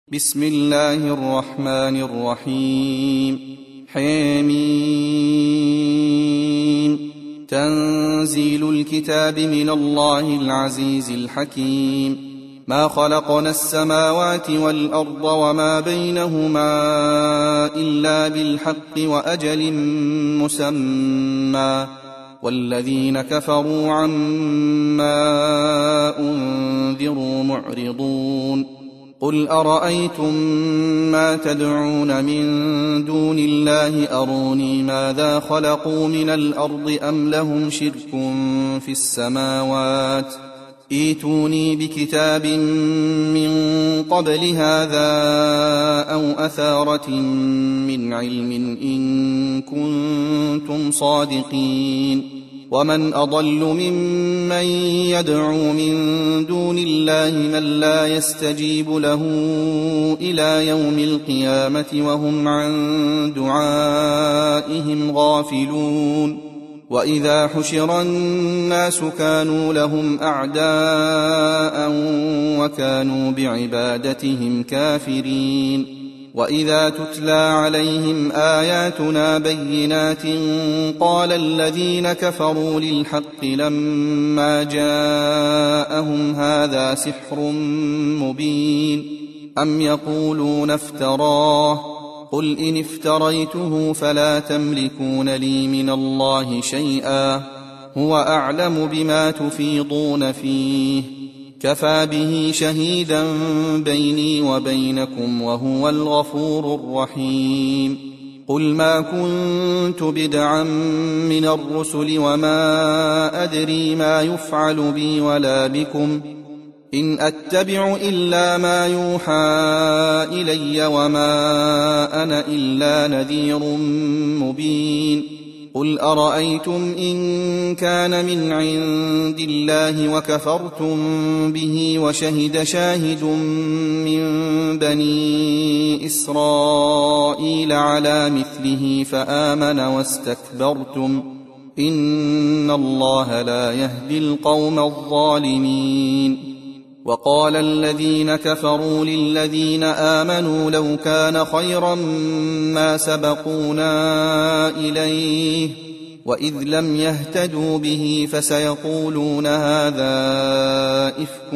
بسم الله الرحمن الرحيم. حميم. تنزيل الكتاب من الله العزيز الحكيم. ما خلقنا السماوات والأرض وما بينهما إلا بالحق وأجل مسمى، والذين كفروا عما أنذروا معرضون. قل أرأيتم ما تدعون من دون الله أروني ماذا خلقوا من الأرض أم لهم شرك في السماوات، ائتوني بكتاب من قبل هذا أو أثارة من علم إن كنتم صادقين. ومن أضل ممن يدعو من دون الله من لا يستجيب له إلى يوم القيامة وهم عن دعائهم غافلون. وإذا حشر الناس كانوا لهم أعداء وكانوا بعبادتهم كافرين. وإذا تتلى عليهم آياتنا بينات قال الذين كفروا للحق لما جاءهم هذا سحر مبين. أم يقولون افتراه، قل إن افتريته فلا تملكون لي من الله شيئا، هو أعلم بما تفيضون فيه، كفى به شهيدا بيني وبينكم وهو الغفور الرحيم. قل ما كنت بدعا من الرسل وما أدري ما يفعل بي ولا بكم، إن أتبع إلا ما يوحى إلي وما أنا إلا نذير مبين. قل أرأيتم إن كان من عند الله وكفرتم به وشهد شاهد من بني إسرائيل على مثله فآمن واستكبرتم، إن الله لا يهدي القوم الظالمين. وقال الذين كفروا للذين آمنوا لو كان خيرا ما سبقونا إليه، وإذ لم يهتدوا به فسيقولون هذا إفك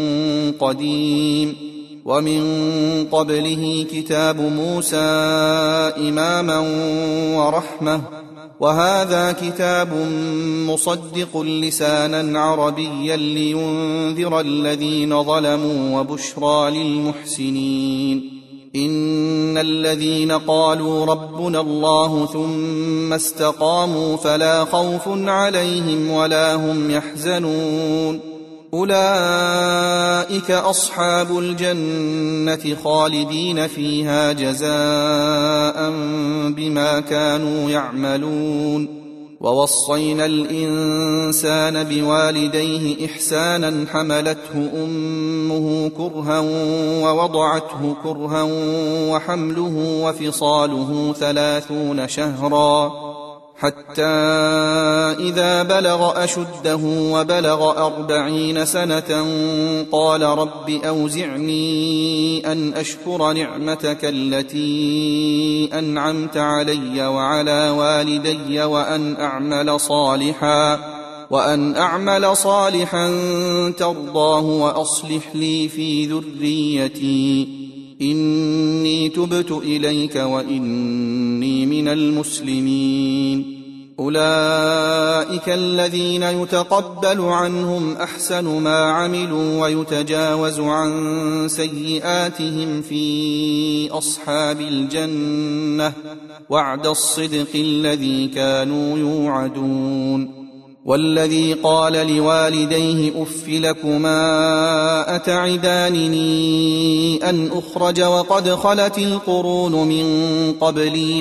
قديم. ومن قبله كتاب موسى إماما ورحمة، وهذا كتاب مصدق لسانا عربيا لينذر الذين ظلموا وبشرى للمحسنين. إن الذين قالوا ربنا الله ثم استقاموا فلا خوف عليهم ولا هم يحزنون، أولئك أصحاب الجنة خالدين فيها جزاء بما كانوا يعملون. ووصينا الإنسان بوالديه إحسانا، حملته أمه كرها ووضعته كرها وحمله وفصاله 30 شهرا، حتى إذا بلغ أشده وبلغ 40 سنة قال رب أوزعني أن أشكر نعمتك التي أنعمت علي وعلى والدي وأن أعمل صالحا ترضاه وأصلح لي في ذريتي، إني تبت إليك وإني من المسلمين. أولئك الذين يتقبل عنهم أحسن ما عملوا ويتجاوز عن سيئاتهم في أصحاب الجنة، وعد الصدق الذي كانوا يوعدون. والذي قال لوالديه أف لكما أتعدانني أن أخرج وقد خلت القرون من قبلي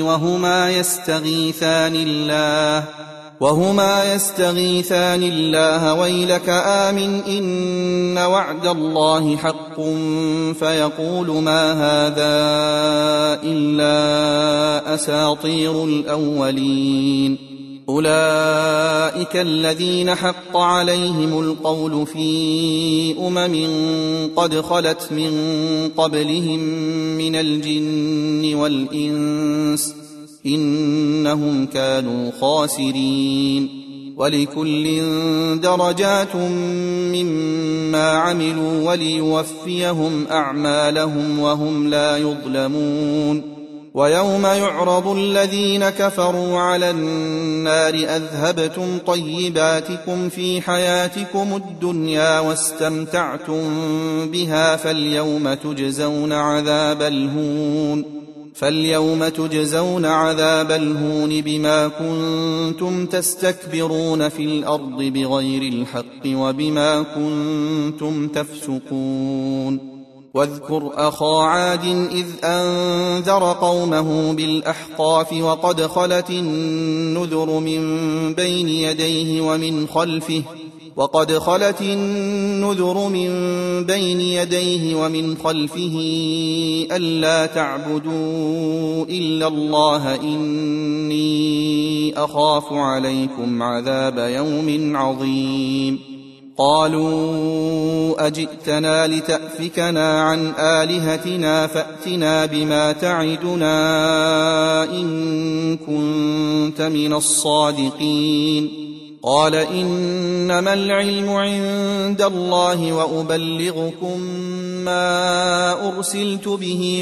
وهما يستغيثان الله ويلك آمن إن وعد الله حق، فيقول ما هذا إلا أساطير الأولين. أولئك الذين حق عليهم القول في قد خلت من قبلهم من الجن والإنس إنهم كانوا خاسرين ولكل درجات مما عملوا وليوفيهم أعمالهم وهم لا يظلمون ويوم يعرض الذين كفروا على النار أذهبتم طيباتكم في حياتكم الدنيا واستمتعتم بها فاليوم تجزون عذاب الهون بما كنتم تستكبرون في الأرض بغير الحق وبما كنتم تفسقون واذكر أخا عاد إذ أنذر قومه بالأحقاف وقد خلت النذر من بين يديه ومن خلفه ألا تعبدوا إلا الله إني أخاف عليكم عذاب يوم عظيم قالوا أجئتنا لتأفكنا عن آلهتنا فأتنا بما تعدنا إن كنت من الصادقين قال إنما العلم عند الله وأبلغكم ما أرسلت به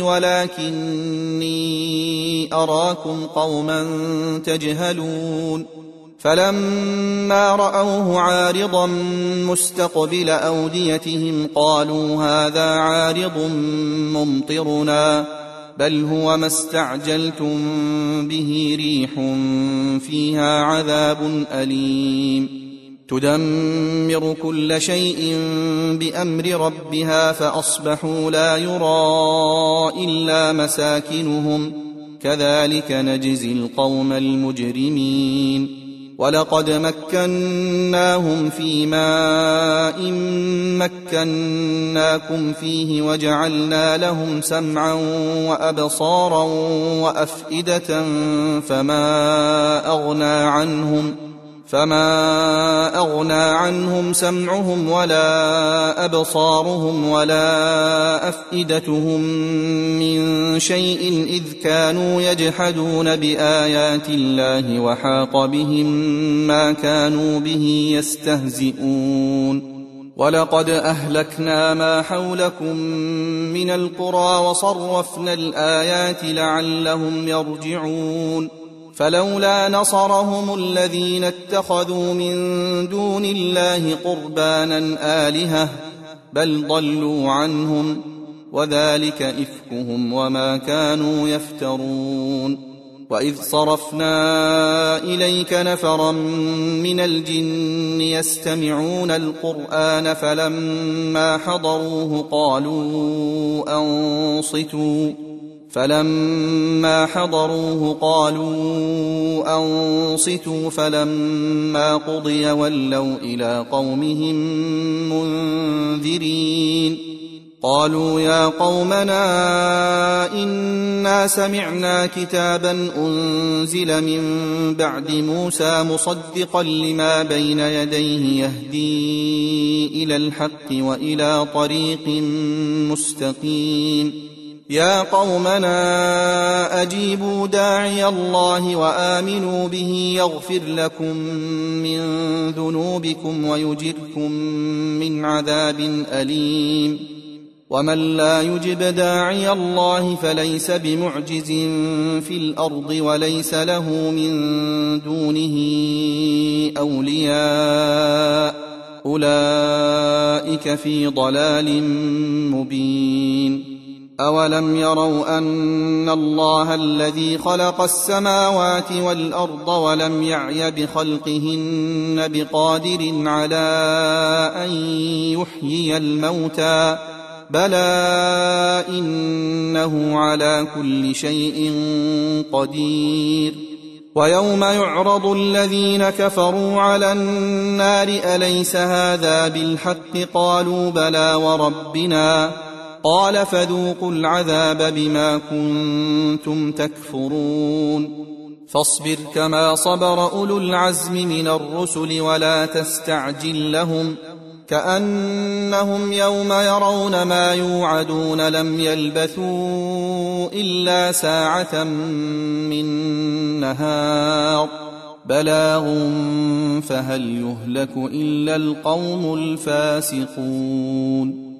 ولكني أراكم قوما تجهلون فلما رأوه عارضا مستقبل أوديتهم قالوا هذا عارض ممطرنا بل هو ما استعجلتم به ريح فيها عذاب أليم تدمر كل شيء بأمر ربها فأصبحوا لا يرى إلا مساكنهم كذلك نجزي القوم المجرمين ولقد مكناهم في ماء مكناكم فيه وجعلنا لهم سمعا وأبصارا وأفئدة فما أغنى عنهم سمعهم ولا أبصارهم ولا أفئدتهم من شيء إذ كانوا يجحدون بآيات الله وحاق بهم ما كانوا به يستهزئون ولقد أهلكنا ما حولكم من القرى وصرفنا الآيات لعلهم يرجعون فلولا نصرهم الذين اتخذوا من دون الله قربانا آلهة بل ضلوا عنهم وذلك إفكهم وما كانوا يفترون وإذ صرفنا إليك نفرا من الجن يستمعون القرآن فلما حضروه قالوا أنصتوا فلما قضي ولوا إلى قومهم منذرين قالوا يا قومنا إنا سمعنا كتابا أنزل من بعد موسى مصدقا لما بين يديه يهدي إلى الحق وإلى طريق مستقيم يا قومنا أجيبوا داعي الله وآمنوا به يغفر لكم من ذنوبكم ويجركم من عذاب أليم ومن لا يجب داعي الله فليس بمعجز في الأرض وليس له من دونه أولياء أولئك في ضلال مبين أولم يروا أن الله الذي خلق السماوات والأرض ولم يعي بخلقهن بقادر على أن يحيي الموتى بلى إنه على كل شيء قدير ويوم يعرض الذين كفروا على النار أليس هذا بالحق قالوا بلى وربنا قال فذوقوا العذاب بما كنتم تكفرون فاصبر كما صبر أولو العزم من الرسل ولا تستعجل لهم كأنهم يوم يرون ما يوعدون لم يلبثوا إلا ساعة من نهار بلاغ فهل يهلك إلا القوم الفاسقون